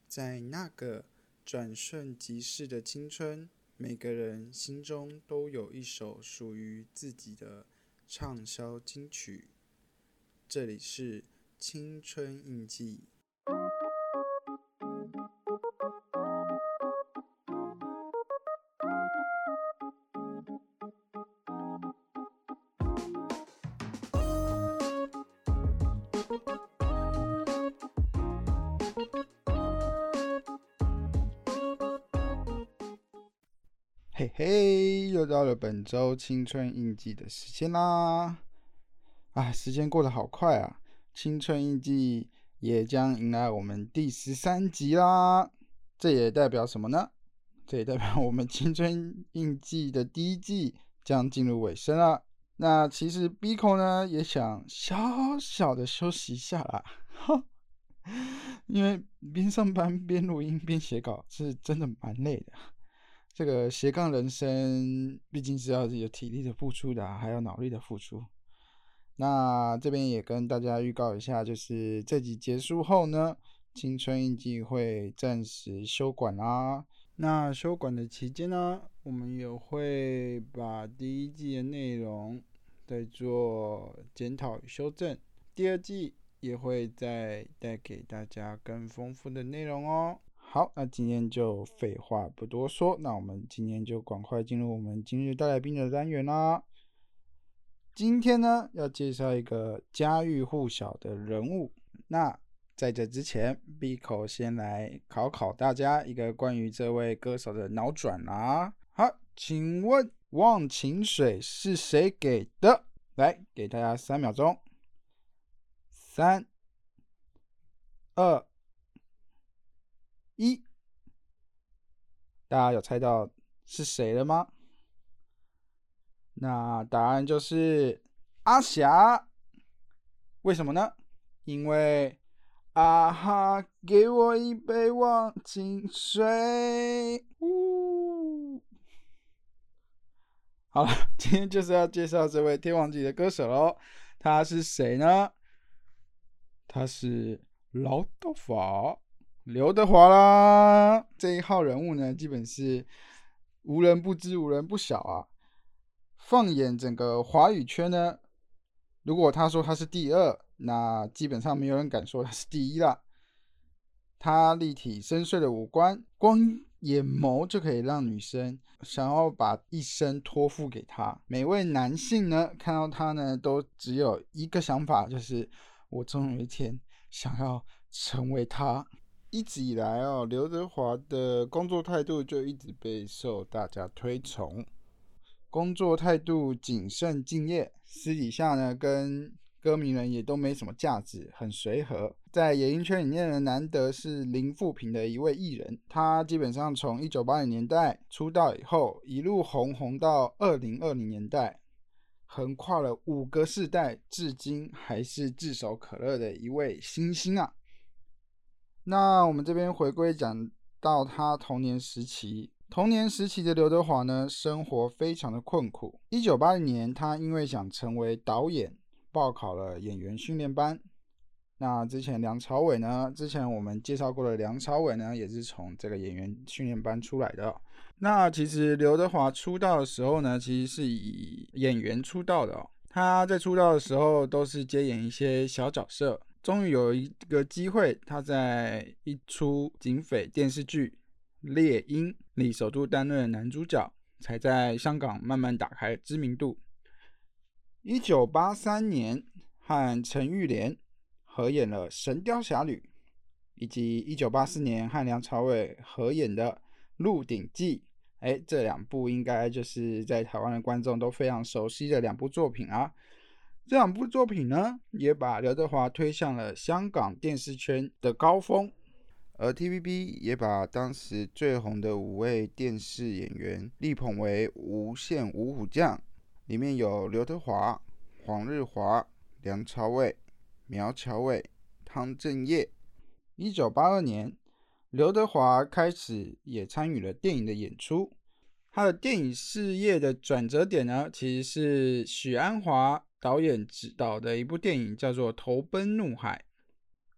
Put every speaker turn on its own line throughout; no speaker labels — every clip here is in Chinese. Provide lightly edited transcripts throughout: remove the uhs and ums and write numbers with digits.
在那个转瞬即逝的青春，每个人心中都有一首属于自己的畅销金曲。这里是青春印记。嘿嘿，又到了本周青春印记的时间啦！时间过得好快啊，青春印记也将迎来我们第13集啦。这也代表什么呢？这也代表我们青春印记的第一季将进入尾声了。那其实 Biko 呢也想小小的休息一下啦，因为边上班边录音边写稿是真的蛮累的。这个斜杠人生毕竟是要有体力的付出的还有脑力的付出。那这边也跟大家预告一下，就是这集结束后呢，青春印记会暂时休馆啦。那休馆的期间呢，我们也会把第一季的内容再做检讨与修正，第二季也会再带给大家更丰富的内容哦。好，那今天就废话不多说，那我们今天就赶快进入我们今日带来宾的单元啦。今天呢，要介绍一个家喻户晓的人物。那在这之前 Biko 先来考考大家一个关于这位歌手的脑转啦。好，请问忘情水是谁给的？来，给大家3秒钟。3、2、1，大家有猜到是谁了吗？那答案就是阿霞。为什么呢？因为啊哈，给我一杯忘情水。好了，今天就是要介绍这位天王级的歌手咯。他是谁呢？他是刘德华。刘德华啦，这一号人物呢，基本是无人不知无人不晓啊。放眼整个华语圈呢，如果他说他是第2，那基本上没有人敢说他是第1啦。他立体深邃的五官，光眼眸就可以让女生想要把一生托付给他。每位男性呢，看到他呢，都只有一个想法，就是我终有一天想要成为他。一直以来刘德华的工作态度就一直备受大家推崇。工作态度谨慎敬业，私底下呢跟歌迷人也都没什么架子，很随和。在演艺圈里面呢，难得是零负评的一位艺人。他基本上从1980年代出道以后，一路红到2020年代，横跨了5个世代，至今还是炙手可热的一位新星啊。那我们这边回归讲到他童年时期。童年时期的刘德华呢，生活非常的困苦。1980年，他因为想成为导演，报考了演员训练班。那之前我们介绍过的梁朝伟呢，也是从这个演员训练班出来的。那其实刘德华出道的时候呢，其实是以演员出道的他在出道的时候都是接演一些小角色。终于有一个机会，他在一出警匪电视剧《猎鹰》里首度担任男主角，才在香港慢慢打开知名度。1983年和陈玉莲合演了《神雕侠侣》，以及1984年和梁朝伟合演的《鹿鼎记》。这2部应该就是在台湾的观众都非常熟悉的2部作品啊。这2部作品呢，也把刘德华推向了香港电视圈的高峰，而 TVB 也把当时最红的5位电视演员力捧为无线五虎将，里面有刘德华、黄日华、梁朝伟、苗侨伟、汤镇业。1982年，刘德华开始也参与了电影的演出。他的电影事业的转折点呢，其实是许鞍华导演执导的一部电影，叫做《投奔怒海》。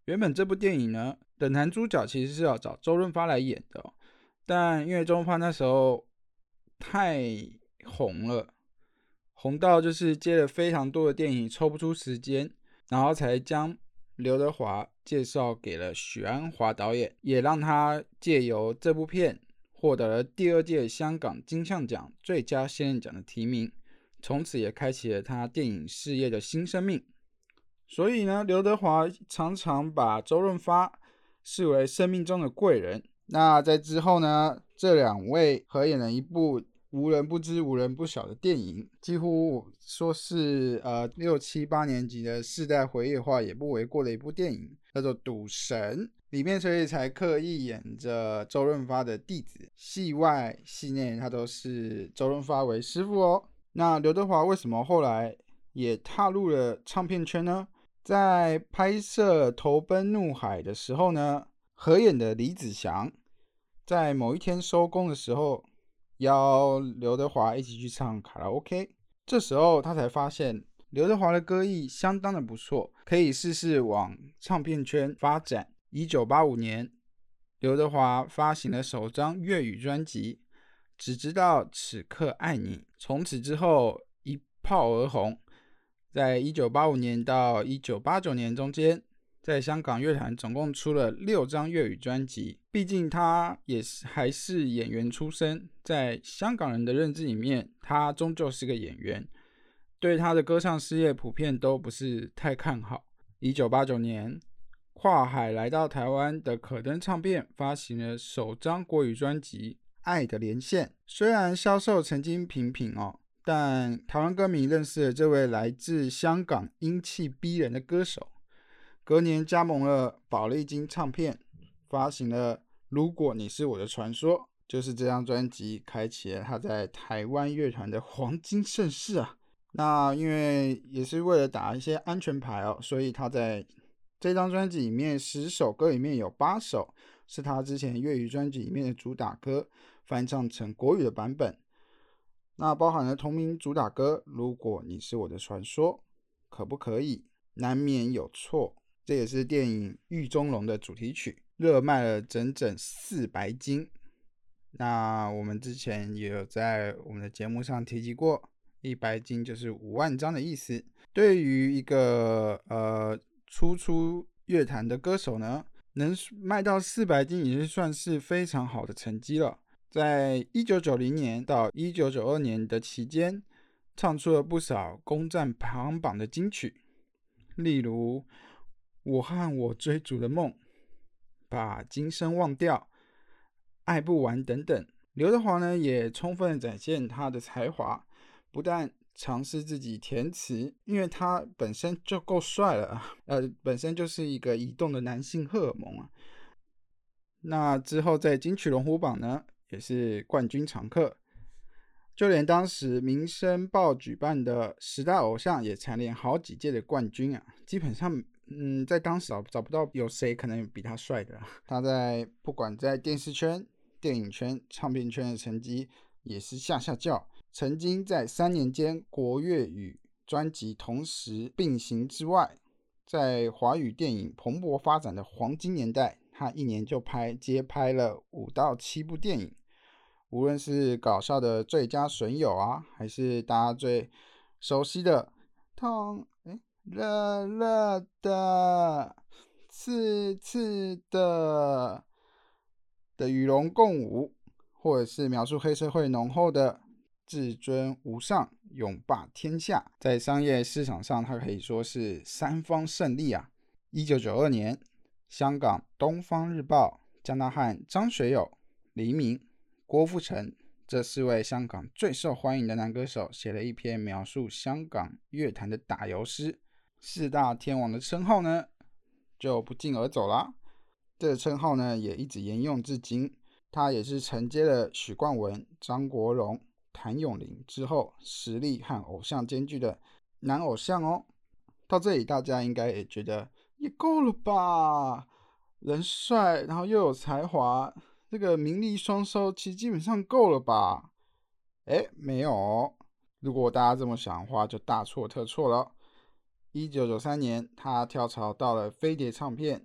原本这部电影呢的男主角其实是要找周润发来演的但因为周润发那时候太红了，红到就是接了非常多的电影，抽不出时间，然后才将刘德华介绍给了许鞍华导演，也让他借由这部片获得了第2届香港金像奖最佳新人奖的提名，从此也开启了他电影事业的新生命。所以呢，刘德华常常把周润发视为生命中的贵人。那在之后呢，这2位合演了一部无人不知无人不晓的电影，几乎说是6、7、8年级的世代回忆的话也不为过的一部电影，叫做《赌神》。里面所以才刻意演着周润发的弟子，戏外戏内他都是周润发为师傅那刘德华为什么后来也踏入了唱片圈呢？在拍摄《投奔怒海》的时候呢，合演的李子祥在某一天收工的时候邀刘德华一起去唱卡拉 OK， 这时候他才发现刘德华的歌艺相当的不错，可以试试往唱片圈发展。1985年，刘德华发行了首张粤语专辑《只知道此刻爱你》，从此之后一炮而红。在1985年到1989年中间，在香港乐坛总共出了6张粤语专辑。毕竟他也还是演员出身，在香港人的认知里面，他终究是个演员，对他的歌唱事业普遍都不是太看好。1989年，跨海来到台湾的可登唱片发行了首张国语专辑《爱的连线》，虽然销售曾经平平但台湾歌迷认识了这位来自香港英气逼人的歌手，隔年加盟了宝丽金唱片，发行了《如果你是我的传说》，就是这张专辑开启了他在台湾乐团的黄金盛世啊。那因为也是为了打一些安全牌所以他在这张专辑里面10首歌里面有8首是他之前粤语专辑里面的主打歌翻唱成国语的版本，那包含了同名主打歌《如果你是我的传说》、可不可以、难免有错，这也是电影《狱中龙》的主题曲，热卖了整整400金。那我们之前也有在我们的节目上提及过，100金就是5万张的意思。对于一个初出乐坛的歌手呢，能卖到400金也是算是非常好的成绩了。在1990年到1992年的期间，唱出了不少攻占排行榜的金曲，例如我和我追逐的梦、把今生忘掉、爱不完等等。刘德华呢也充分展现他的才华，不但尝试自己填词，因为他本身就够帅了本身就是一个移动的男性荷尔蒙那之后在金曲龙虎榜呢也是冠军常客，就连当时民生报举办的10大偶像也蝉联好几届的冠军基本上在当时找不到有谁可能比他帅的他在不管在电视圈、电影圈、唱片圈的成绩也是下叫，曾经在3年间国粤语专辑同时并行之外，在华语电影蓬勃发展的黄金年代，他一年就接拍了5到7部电影，无论是搞笑的最佳损友还是大家最熟悉的痛热热的刺刺的与龙共舞，或者是描述黑社会浓厚的至尊无上永霸天下，在商业市场上它可以说是3方胜利1992年，香港东方日报将他和张学友、黎明、郭富城这4位香港最受欢迎的男歌手写了一篇描述香港乐坛的打油诗，4大天王的称号呢就不胫而走啦。这个称号呢也一直沿用至今，他也是承接了许冠文、张国荣、谭咏麟之后实力和偶像兼具的男偶像到这里大家应该也觉得也够了吧，人帅然后又有才华，这个名利双收其实基本上够了吧。没有如果大家这么想的话就大错特错了。1993年他跳槽到了飞碟唱片，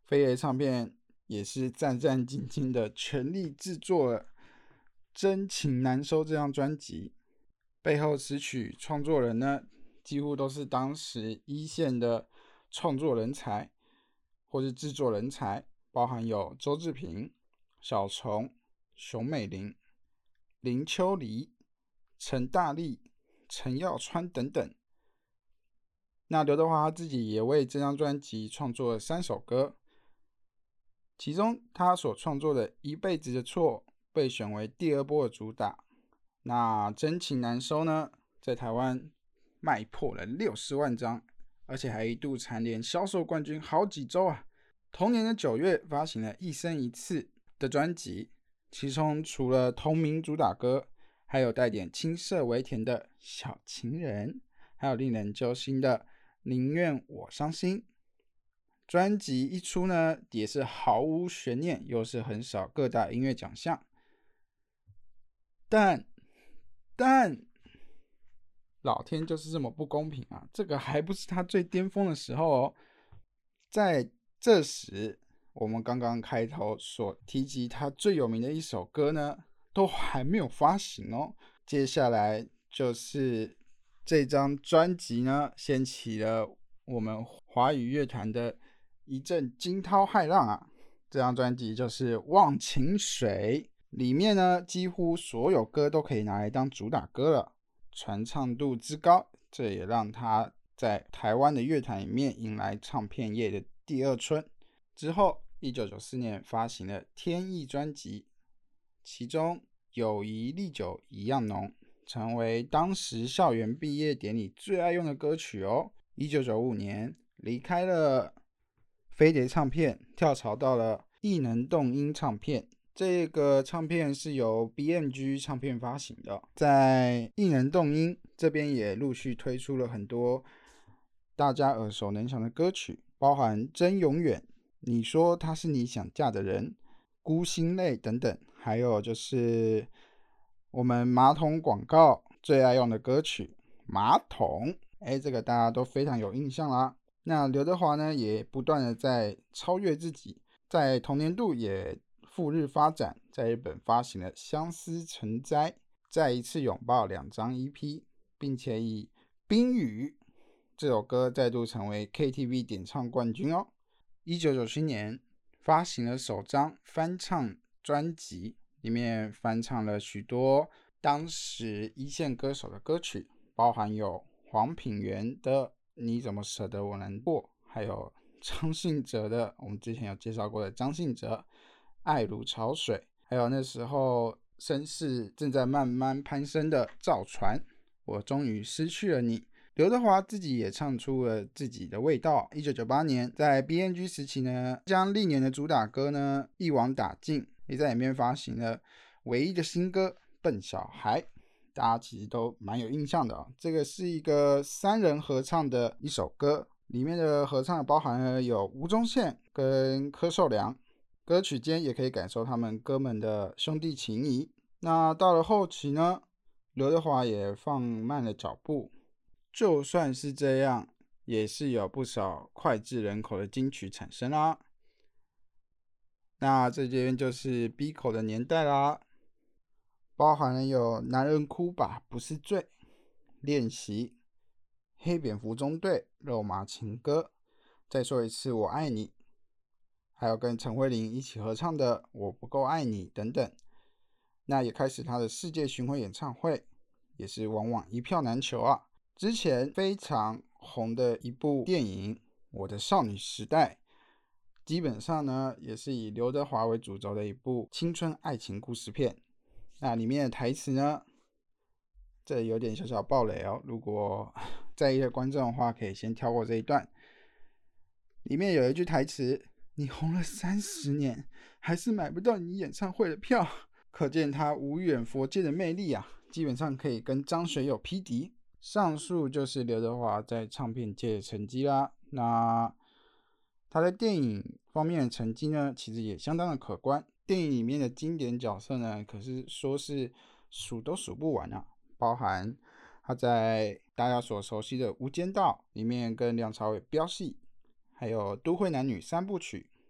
飞碟唱片也是战战兢兢的全力制作了《真情难收》这张专辑，背后词曲创作人呢，几乎都是当时一线的创作人才或是制作人才，包含有周志平、小虫、熊美玲、林秋离、陈大力、陈耀川等等。那刘德华他自己也为这张专辑创作了3首歌，其中他所创作的《一辈子的错》被选为第2波的主打。那《真情难收》呢，在台湾卖破了60万张，而且还一度蝉联销售冠军好几周啊。同年的9月发行了《一生一次》的专辑，其中除了同名主打歌，还有带点青涩微甜的《小情人》，还有令人揪心的《宁愿我伤心》。专辑一出呢，也是毫无悬念，又是横扫各大音乐奖项。但老天就是这么不公平啊！这个还不是他最巅峰的时候哦。在这时，我们刚刚开头所提及他最有名的一首歌呢，都还没有发行哦。接下来就是这张专辑呢，掀起了我们华语乐坛的一阵惊涛骇浪啊！这张专辑就是《忘情水》，里面呢几乎所有歌都可以拿来当主打歌了，传唱度之高，这也让他在台湾的乐坛里面迎来唱片业的第2春。之后1994年发行了《天意》专辑，其中友谊历久一样浓成为当时校园毕业典礼最爱用的歌曲哦。1995年离开了飞碟唱片，跳槽到了艺能动音唱片，这个唱片是由 BMG 唱片发行的。在艺能动音这边也陆续推出了很多大家耳熟能详的歌曲，包含真永远、你说他是你想嫁的人、孤星泪等等，还有就是我们马桶广告最爱用的歌曲马桶，这个大家都非常有印象啦。那刘德华呢，也不断的在超越自己，在同年度也赴日发展，在日本发行了《相思成灾》、再一次拥抱2张 EP， 并且以冰雨这首歌再度成为 KTV 点唱冠军哦。1997年发行了首张翻唱专辑，里面翻唱了许多当时一线歌手的歌曲，包含有黄品源的你怎么舍得我难过，还有张信哲的我们之前有介绍过的张信哲爱如潮水，还有那时候声势正在慢慢攀升的赵传我终于失去了你。刘德华自己也唱出了自己的味道。1998年在 BMG 时期呢，将历年的主打歌呢一网打尽，也在里面发行了唯一的新歌《笨小孩》，大家其实都蛮有印象的哦。这个是一个3人合唱的一首歌，里面的合唱包含了有吴宗宪跟柯受良，歌曲间也可以感受他们哥们的兄弟情谊。那到了后期呢，刘德华也放慢了脚步，就算是这样，也是有不少脍炙人口的金曲产生啦。那这边就是B口的年代啦，包含了有男人哭吧不是罪、练习、黑蝙蝠中队、肉麻情歌、再说一次我爱你，还有跟陈慧琳一起合唱的我不够爱你等等。那也开始他的世界巡回演唱会，也是往往一票难求啊。之前非常红的一部电影《我的少女时代》，基本上呢也是以刘德华为主轴的一部青春爱情故事片。那里面的台词呢，这有点小小爆雷哦，如果在意的观众的话可以先跳过这一段。里面有一句台词，你红了30年还是买不到你演唱会的票，可见他无远佛界的魅力啊，基本上可以跟张学友匹敌。上述就是刘德华在唱片界的成绩啦。那他在电影方面的成绩呢，其实也相当的可观。电影里面的经典角色呢，可是说是数都数不完啊，包含他在大家所熟悉的《无间道》里面跟梁朝伟飙戏，还有《都会男女3部曲》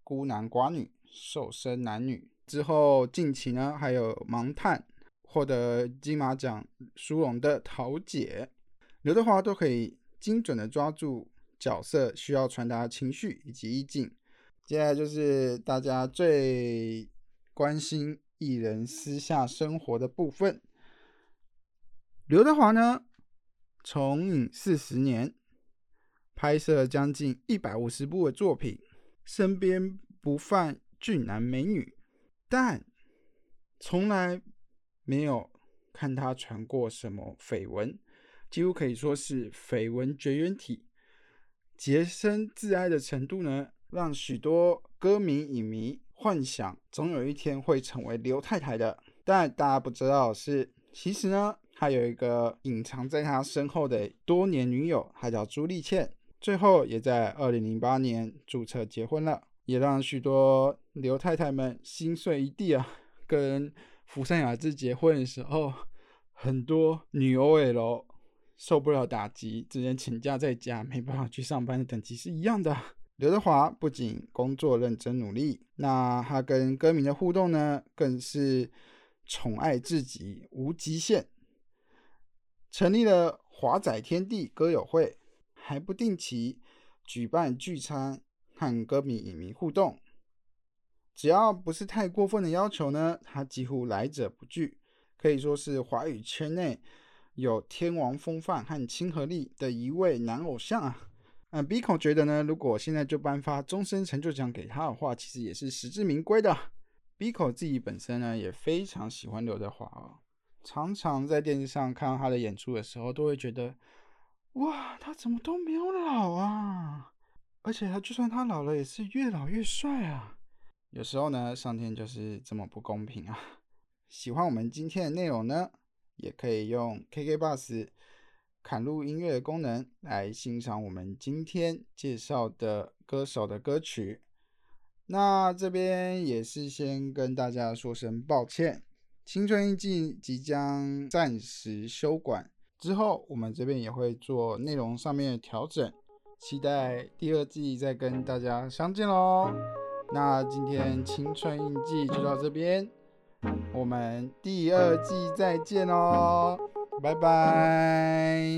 孤男寡女、瘦身男女。之后近期呢还有盲探，获得金马奖殊荣的桃姐，刘德华都可以精准的抓住角色需要传达的情绪以及意境。接下来就是大家最关心艺人私下生活的部分。刘德华呢，从影40年，拍摄将近150部的作品，身边不犯俊男美女，但从来没有看他传过什么绯闻，几乎可以说是绯闻绝缘体。洁身自爱的程度呢，让许多歌迷影迷幻想总有一天会成为刘太太的。但大家不知道的是，其实呢，他有一个隐藏在他身后的多年女友，她叫朱丽倩，最后也在2008年注册结婚了，也让许多刘太太们心碎一地啊。跟福山雅治结婚的时候，很多女 OL 受不了打击，只能请假在家，没办法去上班的等级是一样的。刘德华不仅工作认真努力，那他跟歌迷的互动呢，更是宠爱至极，无极限。成立了华仔天地歌友会，还不定期举办聚餐和歌迷影迷互动。只要不是太过分的要求呢，他几乎来者不拒，可以说是华语圈内有天王风范和亲和力的一位男偶像啊。Biko 觉得呢，如果现在就颁发终身成就奖给他的话，其实也是实至名归的。Biko 自己本身呢，也非常喜欢刘德华哦，常常在电视上看到他的演出的时候，都会觉得，哇，他怎么都没有老啊！而且就算他老了，也是越老越帅啊。有时候呢，上天就是这么不公平啊。喜欢我们今天的内容呢，也可以用 KKBOX 砍入音乐的功能来欣赏我们今天介绍的歌手的歌曲。那这边也是先跟大家说声抱歉，青春印记即将暂时休馆，之后我们这边也会做内容上面的调整，期待第2季再跟大家相见咯。那今天青春印记就到这边，我们第2季再见咯，拜拜。